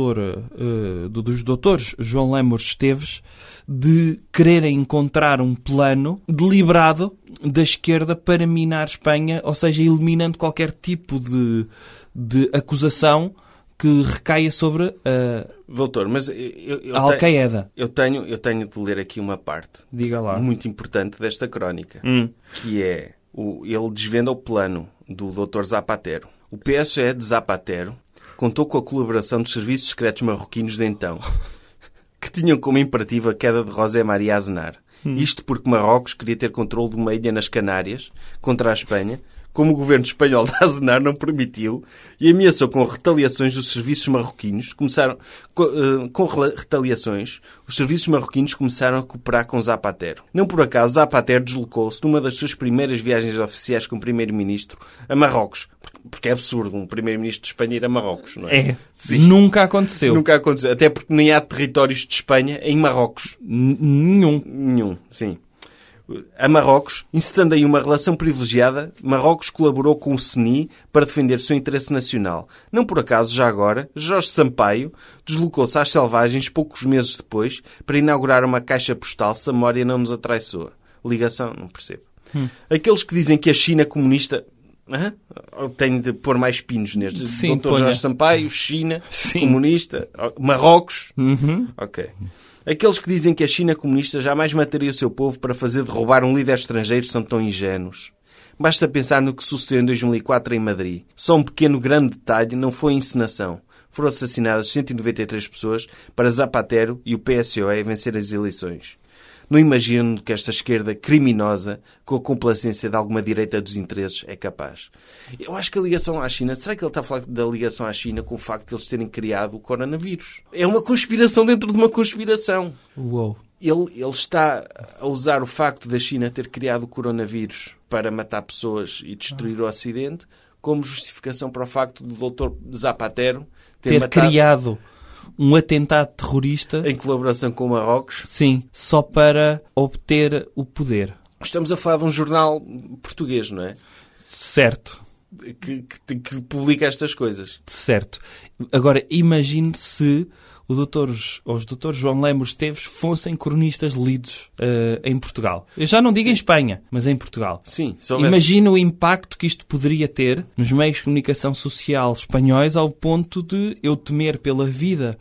dos doutores João Lemos Esteves de quererem encontrar um plano deliberado da esquerda para minar Espanha, ou seja, eliminando qualquer tipo de acusação que recaia sobre doutor, mas a Al-Qaeda. Eu tenho de ler aqui uma parte. Diga lá. Muito importante desta crónica, que é ele desvenda o plano do Dr. Zapatero. O PSOE de Zapatero contou com a colaboração dos serviços secretos marroquinos de então, que tinham como imperativo a queda de José María Aznar. Isto porque Marrocos queria ter controle de uma ilha nas Canárias contra a Espanha, como o governo espanhol de Aznar não permitiu, e ameaçou com retaliações dos serviços marroquinos. Os serviços marroquinos começaram a cooperar com Zapatero. Não por acaso, Zapatero deslocou-se numa das suas primeiras viagens oficiais como primeiro-ministro a Marrocos. Porque é absurdo um primeiro-ministro de Espanha ir a Marrocos, não é? É. Sim. Nunca aconteceu. Nunca aconteceu. Até porque nem há territórios de Espanha em Marrocos. Nenhum, sim. A Marrocos, incitando aí uma relação privilegiada, Marrocos colaborou com o CNI para defender o seu interesse nacional. Não por acaso, já agora, Jorge Sampaio deslocou-se às selvagens poucos meses depois para inaugurar uma caixa postal, se a memória não nos atraiçoa. Ligação? Não percebo. Aqueles que dizem que a China comunista... Tenho de pôr mais pinos neste. Sim, Dr. Jorge Sampaio, China, comunista, Marrocos. Ok. Aqueles que dizem que a China comunista jamais mataria o seu povo para fazer derrubar um líder estrangeiro são tão ingênuos. Basta pensar no que sucedeu em 2004 em Madrid. Só um pequeno grande detalhe, não foi encenação. Foram assassinadas 193 pessoas para Zapatero e o PSOE vencer as eleições. Não imagino que esta esquerda criminosa, com a complacência de alguma direita dos interesses, é capaz. Eu acho que a ligação à China... Será que ele está a falar da ligação à China com o facto de eles terem criado o coronavírus? É uma conspiração dentro de uma conspiração. Uou. Ele está a usar o facto da China ter criado o coronavírus para matar pessoas e destruir o Ocidente como justificação para o facto do Dr. Zapatero ter criado um atentado terrorista em colaboração com o Marrocos. Sim, só para obter o poder. Estamos a falar de um jornal português, não é? Certo. Que publica estas coisas. Certo. Agora, imagine se os doutores João Lemos Esteves fossem cronistas lidos em Portugal. Eu já não digo em Espanha, mas em Portugal. Sim. Imagina o impacto que isto poderia ter nos meios de comunicação social espanhóis ao ponto de eu temer pela vida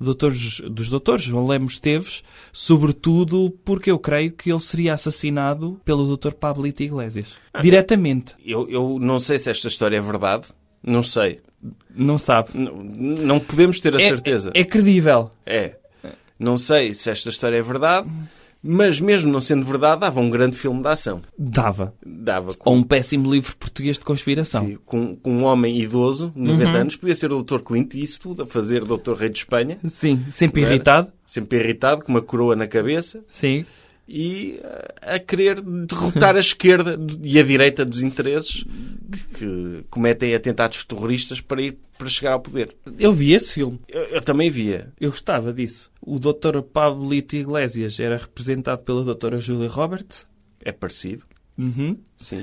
dos doutores João Lemos Esteves, sobretudo porque eu creio que ele seria assassinado pelo doutor Pablito Iglesias. Diretamente. Eu não sei se esta história é verdade. Não sei. Não sabe. Não podemos ter a certeza. É credível. É. Não sei se esta história é verdade, mas mesmo não sendo verdade, dava um grande filme de ação. Dava. Ou um péssimo livro português de conspiração. Sim, com um homem idoso, 90 anos, podia ser o Dr. Clint Eastwood a fazer Dr. Rei de Espanha. Sim, sempre irritado. Sempre irritado, com uma coroa na cabeça. Sim. e a querer derrotar a esquerda e a direita dos interesses que cometem atentados terroristas para chegar ao poder. Eu vi esse filme. Eu também via. Eu gostava disso. O Dr. Pablito Iglesias era representado pela Dra. Julia Roberts. É parecido. Uhum. Sim.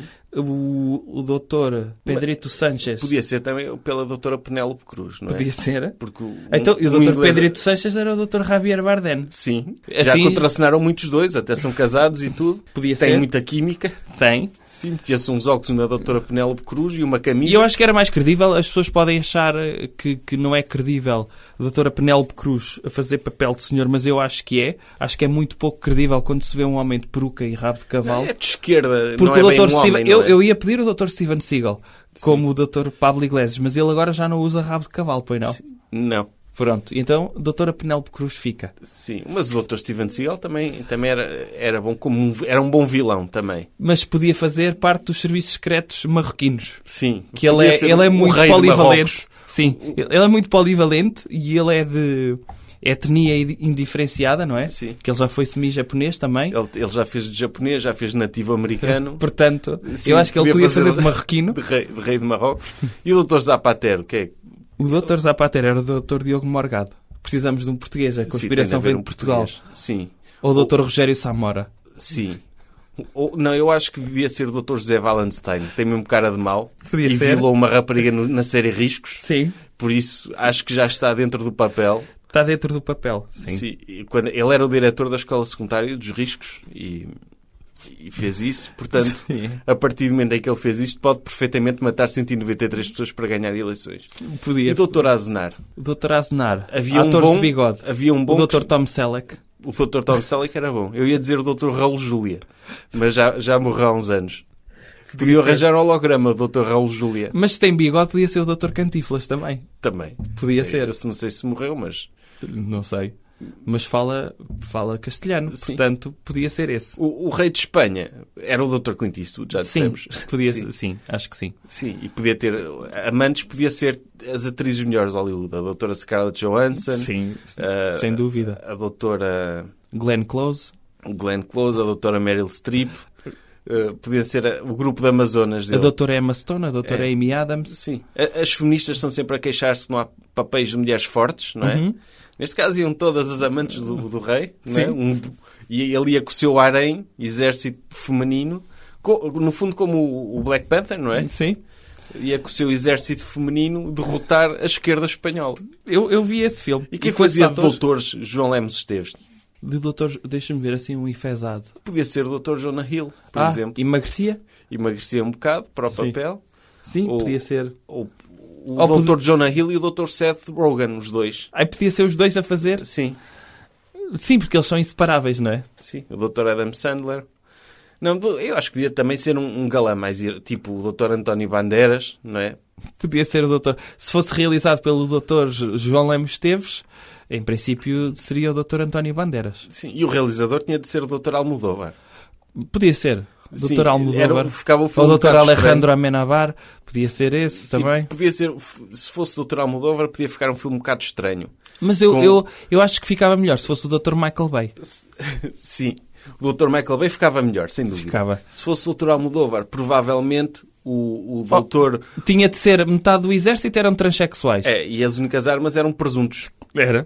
O Dr. Pedrito Sánchez. Podia ser também pela doutora Penélope Cruz, não é? Podia ser. Porque Então, e o Dr. inglês... Pedrito Sánchez era o Dr. Javier Bardem. Sim. Já Assim... contracenaram muitos dois, até são casados e tudo. Podia Tem ser. muita química. Tem. Sim, metia-se uns óculos na doutora Penélope Cruz e uma camisa. E eu acho que era mais credível. As pessoas podem achar que não é credível a doutora Penélope Cruz a fazer papel de senhor, mas eu acho que é. Acho que é muito pouco credível quando se vê um homem de peruca e rabo de cavalo. Não, é de esquerda, Porque não o é Dr. bem um Steven... homem, não é? eu ia pedir o Dr. Steven Seagal como o Dr. Pablo Iglesias, mas ele agora já não usa rabo de cavalo, pois não? Não. Pronto, então a doutora Penélope Cruz fica. Sim, mas o Dr. Steven Seagal também era bom como era um bom vilão também. Mas podia fazer parte dos serviços secretos marroquinos. Sim. Que ele é muito polivalente. Sim, ele é muito polivalente e ele é de etnia indiferenciada, não é? Sim. Que ele já foi semi-japonês também. Ele já fez de japonês, já fez de nativo americano. Portanto, Sim, eu acho que ele podia fazer de marroquino. De rei de Marrocos. E o Dr. Zapatero, que é... O Dr. Zapatero era o Dr. Diogo Morgado. Precisamos de um português. A conspiração veio de Portugal. Português. Sim. Ou o Dr. Rogério Samora. Sim. Não, eu acho que devia ser o Dr. José Wallenstein. Tem mesmo cara de mau. Podia e ser. violou uma rapariga na série Riscos. Sim. Por isso, acho que já está dentro do papel. Está dentro do papel. Sim. Sim. Quando ele era o diretor da escola secundária dos Riscos e fez isso. Portanto, Sim. a partir do momento em que ele fez isto, pode perfeitamente matar 193 pessoas para ganhar eleições. Podia. E o Dr. Aznar? O Dr. Aznar. Havia Atores um bom, de bigode. Havia um bom O Dr. Tom Selleck. O Dr. Tom Selleck era bom. Eu ia dizer o Dr. Raul Júlia, mas já morreu há uns anos. Podia arranjar um holograma do Dr. Raul Júlia. Mas se tem bigode, podia ser o Dr. Cantiflas também. Também. Podia ser. Não sei se morreu, mas... Não sei. Mas fala castelhano. Sim. Portanto, podia ser esse. O rei de Espanha era o Dr. Clint Eastwood, já dissemos. Sim, podia Sim. sim, acho que sim. Sim, e podia ter... Amantes podia ser as atrizes melhores de Hollywood. A doutora Scarlett Johansson. Sim, sem dúvida. A doutora... Glenn Close. Glenn Close, a doutora Meryl Streep. Podia ser o grupo de Amazonas A dele. doutora Emma Stone, a doutora Amy Adams. Sim. As feministas estão sempre a queixar-se que não há papéis de mulheres fortes, não é? Uhum. Neste caso iam todas as amantes do rei, não é? Sim. E ele ia com o seu harém, exército feminino, no fundo como o Black Panther, não é? Sim. Ia com o seu exército feminino derrotar a esquerda espanhola. Eu vi esse filme. E quem com fazia esses de atores? doutores João Lemos Esteves? De doutor, deixa-me ver assim um enfesado. Podia ser o Dr. Jonah Hill, por exemplo. Emagrecia? Emagrecia um bocado para o Sim. papel. Sim, Ou- podia ser. O Ou Dr. Jonah Hill e o Dr. Seth Rogen, os dois. Aí podia ser os dois a fazer? Sim. Sim, porque eles são inseparáveis, não é? Sim, o Dr. Adam Sandler. Não, eu acho que devia também ser um galã mais... Tipo o Dr. António Bandeiras, não é? Podia ser o doutor... Se fosse realizado pelo doutor João Lemos Esteves, em princípio seria o doutor António Bandeiras. Sim, e o realizador tinha de ser o Dr. Almodóvar. Podia ser. Sim, Doutor Almodóvar. ficava o Ou filme o um doutor bocado Alejandro Amenábar. Podia ser esse estranho. Sim, também. podia ser... Se fosse o Dr. Almodóvar, podia ficar um filme um bocado estranho. Mas eu acho que ficava melhor se fosse o doutor Michael Bay. Sim. O Dr. Michael Bay ficava melhor, sem dúvida. Ficava. Se fosse o Dr. Almodóvar, provavelmente o doutor... Tinha de ser metade do exército eram transexuais. E as únicas armas eram presuntos. Era.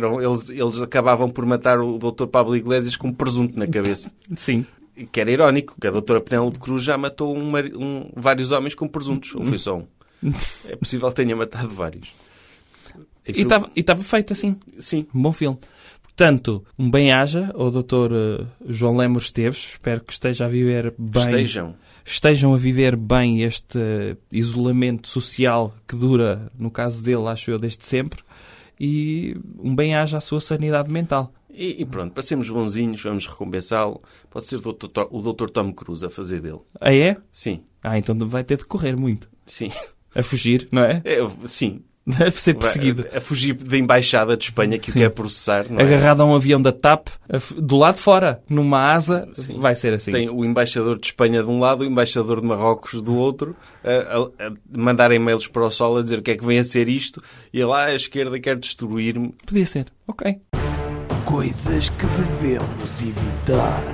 Eles acabavam por matar o Dr. Pablo Iglesias com um presunto na cabeça. Sim. Que era irónico, que a doutora Penélope Cruz já matou vários homens com presuntos. Ou foi só um? É possível que tenha matado vários. E estava feito assim. Sim. Um bom filme. Portanto, um bem-aja ao Dr. João Lemos Esteves. Espero que esteja a viver bem. Estejam a viver bem este isolamento social que dura, no caso dele, acho eu, desde sempre. E um bem-aja à sua sanidade mental. E pronto, para sermos bonzinhos, vamos recompensá-lo. Pode ser o Dr. Tom Cruise a fazer dele. Ah, é? Sim. Então vai ter de correr muito. Sim. A fugir, não é? Sim. A ser perseguido. A fugir da Embaixada de Espanha que o quer processar, não é? Agarrado a um avião da TAP, do lado de fora, numa asa, Sim. vai ser assim. Tem o embaixador de Espanha de um lado, o embaixador de Marrocos do outro, a mandar e-mails para o Sol a dizer o que é que vem a ser isto, e lá a esquerda quer destruir-me. Podia ser. Ok. Coisas que devemos evitar.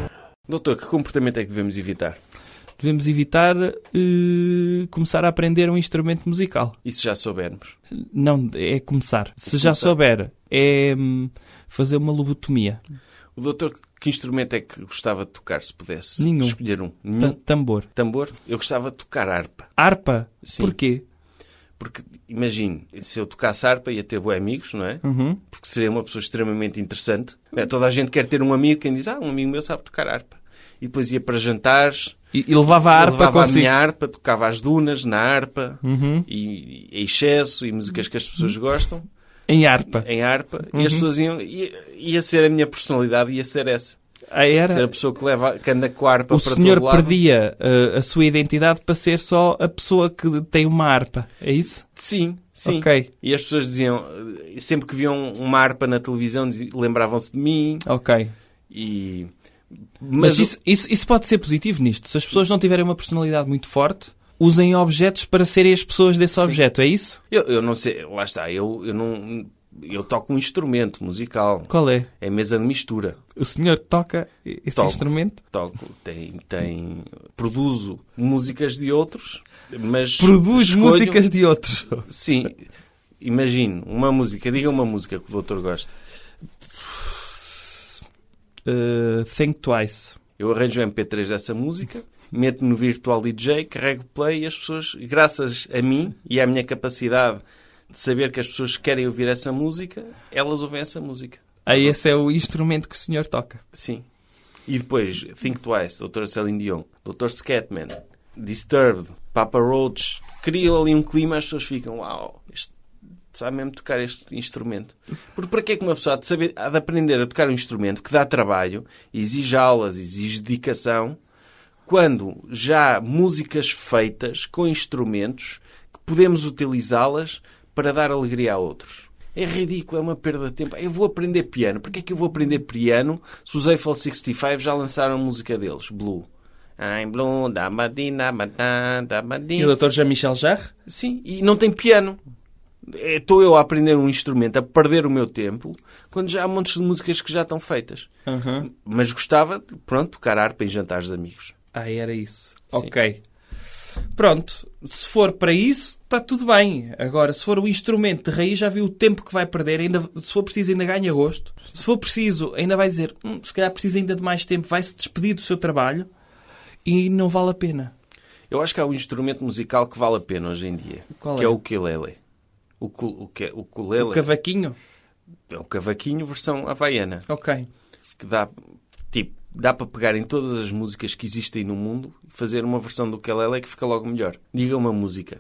Doutor, que comportamento é que devemos evitar? Devemos evitar começar a aprender um instrumento musical. E se já soubermos? Não, é começar. Se já souber, é fazer uma lobotomia. O doutor, que instrumento é que gostava de tocar, se pudesse Nenhum. escolher um? Nenhum? Tambor. Tambor? Eu gostava de tocar harpa. Harpa? Sim. Porquê? Porque, imagine, se eu tocasse harpa ia ter bons amigos, não é? Uhum. Porque seria uma pessoa extremamente interessante. Toda a gente quer ter um amigo, quem diz, um amigo meu sabe tocar harpa. E depois ia para jantares... E levava a harpa levava consigo. a minha harpa, tocava as dunas na harpa, Uhum. e excesso, e músicas que as pessoas gostam. Em harpa. Em harpa. E as pessoas iam... Ia ser a minha personalidade, ia ser essa. Era... Ser a pessoa que anda com a harpa O para senhor todo lado. perdia a sua identidade para ser só a pessoa que tem uma harpa. É isso? Sim, sim. Ok. E as pessoas diziam... Sempre que viam uma harpa na televisão, lembravam-se de mim. Ok. E... Mas isso pode ser positivo nisto. Se as pessoas não tiverem uma personalidade muito forte, usem objetos para serem as pessoas desse objeto. É isso? Eu não sei... Lá está. Eu toco um instrumento musical. Qual é? É mesa de mistura. O senhor toca esse Toco. instrumento? Toco. Produzo músicas de outros, mas... Produz escolho- músicas de outros. Sim. Imagine uma música. Diga uma música que o doutor gosta. Think Twice. Eu arranjo o MP3 dessa música, meto no Virtual DJ, carrego play e as pessoas, graças a mim e à minha capacidade de saber que as pessoas querem ouvir essa música, elas ouvem essa música. Esse é o instrumento que o senhor toca. Sim. E depois, Think Twice, Dr. Celine Dion, Dr. Scatman, Disturbed, Papa Roach. Cria ali um clima, as pessoas ficam, uau, sabe mesmo tocar este instrumento. Porque para que é que uma pessoa há de aprender a tocar um instrumento que dá trabalho, exige aulas, exige dedicação, quando já há músicas feitas com instrumentos que podemos utilizá-las para dar alegria a outros? É ridículo, é uma perda de tempo. Eu vou aprender piano. Porquê é que eu vou aprender piano se os Eiffel 65 já lançaram a música deles? Blue. I'm blue, E o Dr. Jean-Michel Jarre? Sim, e não tem piano. Estou eu a aprender um instrumento, a perder o meu tempo, quando já há montes de músicas que já estão feitas. Mas gostava de, tocar harpa em jantares de amigos. Era isso. Sim. Ok. Pronto. Se for para isso, está tudo bem. Agora, se for o instrumento de raiz, já viu o tempo que vai perder. Se for preciso, ainda ganha gosto. Se for preciso, ainda vai dizer, se calhar precisa ainda de mais tempo, vai-se despedir do seu trabalho e não vale a pena. Eu acho que há um instrumento musical que vale a pena hoje em dia. Qual que é? é o ukulele. O ukulele O cavaquinho? é o cavaquinho versão havaiana. Ok. Que dá para pegar em todas as músicas que existem no mundo e fazer uma versão do ukulele que fica logo melhor. Diga uma música.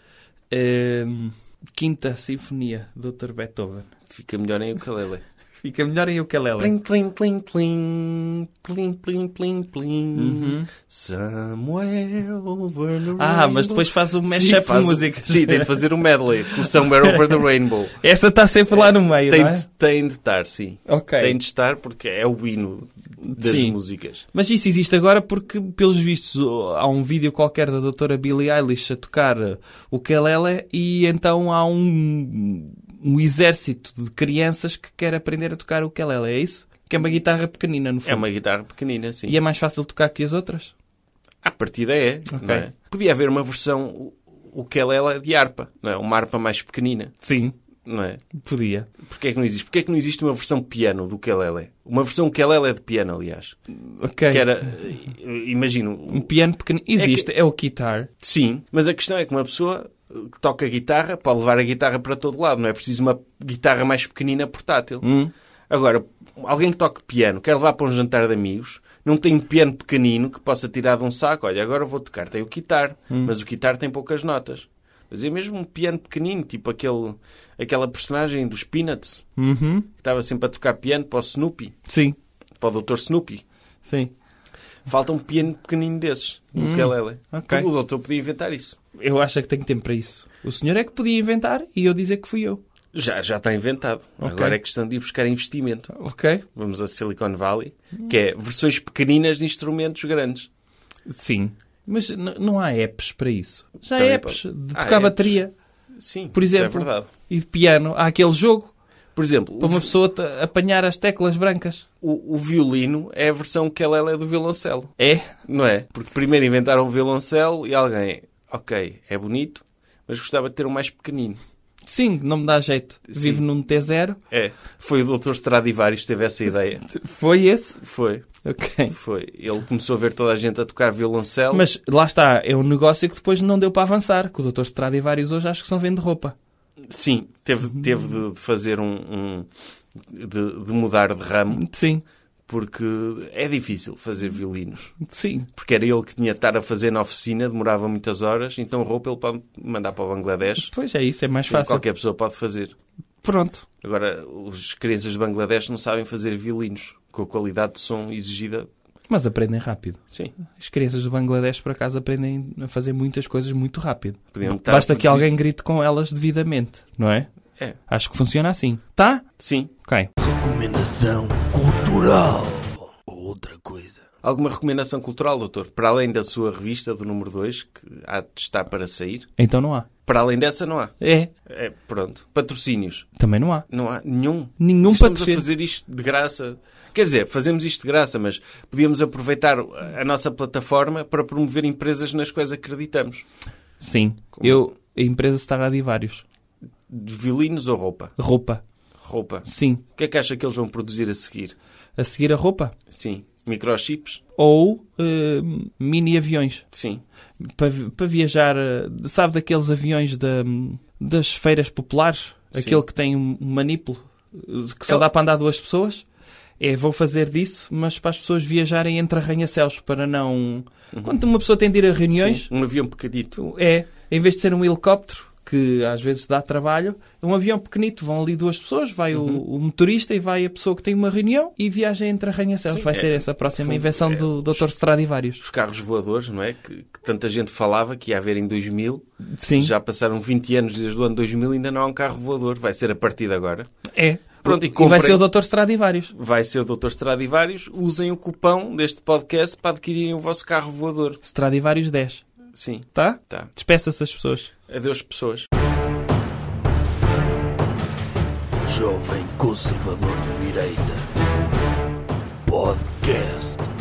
Quinta Sinfonia, Dr. Beethoven. Fica melhor em ukulele. Fica melhor em ukulele. Plim, plim, plim, plim. Plim, plim, plim, plim. Somewhere over the rainbow. Mas depois faz o Sim, mashup de faz músicas. Sim, tem de fazer o medley com o Somewhere Over the Rainbow. Essa está sempre lá no meio, não é? Tem de estar, sim. Ok. Tem de estar porque é o hino das Sim. músicas. Mas isso existe agora porque, pelos vistos, há um vídeo qualquer da doutora Billie Eilish a tocar o ukulele e então há um exército de crianças que quer aprender a tocar o ukulele, é isso? Que é uma guitarra pequenina, no fundo. É uma guitarra pequenina, sim. E é mais fácil de tocar que as outras? À partida é, Ok. não é? Podia haver uma versão ukulele de harpa, não é? Uma harpa mais pequenina, Sim. não é? Podia. Porquê é que não existe? Porquê é que não existe uma versão piano do ukulele? Uma versão ukulele de piano, aliás. Ok. Que era, imagino... Um piano pequenino. Existe, é o guitar. Sim, mas a questão é que uma pessoa que toca guitarra pode levar a guitarra para todo lado. Não é preciso uma guitarra mais pequenina portátil. Agora, alguém que toque piano, quer levar para um jantar de amigos, não tem um piano pequenino que possa tirar de um saco. Olha, agora vou tocar. Tem o guitar, mas o guitar tem poucas notas. Mas é mesmo um piano pequenino, tipo aquela personagem dos Peanuts, que estava sempre a tocar piano para o Snoopy, Sim. para o Dr. Snoopy. Sim. Falta um piano pequenino desses, um ukulele. Ok. O doutor podia inventar isso. Eu acho que tenho tempo para isso. O senhor é que podia inventar e eu dizer que fui eu. Já está inventado. Ok. Agora é questão de ir buscar investimento. Ok? Vamos a Silicon Valley, que é versões pequeninas de instrumentos grandes. Sim. Mas não há apps para isso. Já há Também apps pode. de Há tocar apps. bateria, Sim, por exemplo. isso é verdade. E de piano. Há aquele jogo. Por exemplo, Para uma pessoa apanhar as teclas brancas. o violino é a versão que ela é do violoncelo. É? Não é? Porque primeiro inventaram o violoncelo e alguém, ok, é bonito, mas gostava de ter um mais pequenino. Sim, não me dá jeito. Vivo num T0. É. Foi o Dr. Stradivarius que teve essa ideia. Foi esse? Foi. Ok. Foi. Ele começou a ver toda a gente a tocar violoncelo. Mas lá está, é um negócio que depois não deu para avançar. Que o Dr. Stradivarius hoje acho que só vende roupa. Sim, teve de fazer de mudar de ramo, Sim, porque é difícil fazer violinos. sim. Porque era ele que tinha de estar a fazer na oficina, demorava muitas horas, então roupa ele pode mandar para o Bangladesh. Pois é isso, é mais Sim, fácil. qualquer pessoa pode fazer. Pronto. Agora, as crianças de Bangladesh não sabem fazer violinos, com a qualidade de som exigida. Mas aprendem rápido. Sim. As crianças do Bangladesh, por acaso, aprendem a fazer muitas coisas muito rápido. Podiam estar Basta a que produzir- alguém grite com elas devidamente, não é? É. Acho que funciona assim. Tá? Sim. Ok. Recomendação cultural. Outra coisa. Alguma recomendação cultural, doutor? Para além da sua revista, do número 2, que há de estar para sair. Então não há. Para além dessa, não há. É. É, pronto. Patrocínios. Também não há. Não há nenhum. Nenhum Estamos patrocínio. a fazer isto de graça. Quer dizer, fazemos isto de graça, mas podíamos aproveitar a nossa plataforma para promover empresas nas quais acreditamos. Sim. A empresa Stradivarius. Dos violinos ou roupa? Roupa. Roupa. Sim. O que é que acha que eles vão produzir a seguir? A seguir a roupa. Sim. Microchips? Ou mini aviões. Sim. Para viajar, sabe daqueles aviões das feiras populares? Sim. Aquele que tem um manípulo que só dá para andar duas pessoas? Vão fazer disso, mas para as pessoas viajarem entre arranha-céus, para não... Quando uma pessoa tem de ir a reuniões, Sim. Um avião pequenito. em vez de ser um helicóptero, que às vezes dá trabalho, é um avião pequenito, vão ali duas pessoas, vai o motorista e vai a pessoa que tem uma reunião e viaja entre arranha-céus. Sim, Vai ser essa a próxima fundo, invenção do Dr. Stradivarius. Os carros voadores, não é? Que tanta gente falava que ia haver em 2000. Sim. Já passaram 20 anos desde o ano 2000 e ainda não há um carro voador. Vai ser a partir de agora. É. Pronto, e E vai comprem- ser o Dr. Stradivarius. Vai ser o Dr. Stradivarius. Usem o cupão deste podcast para adquirirem o vosso carro voador. Stradivarius 10. Sim. Tá? Tá. Despeça-se das pessoas. Adeus, pessoas. Jovem Conservador de Direita. Podcast.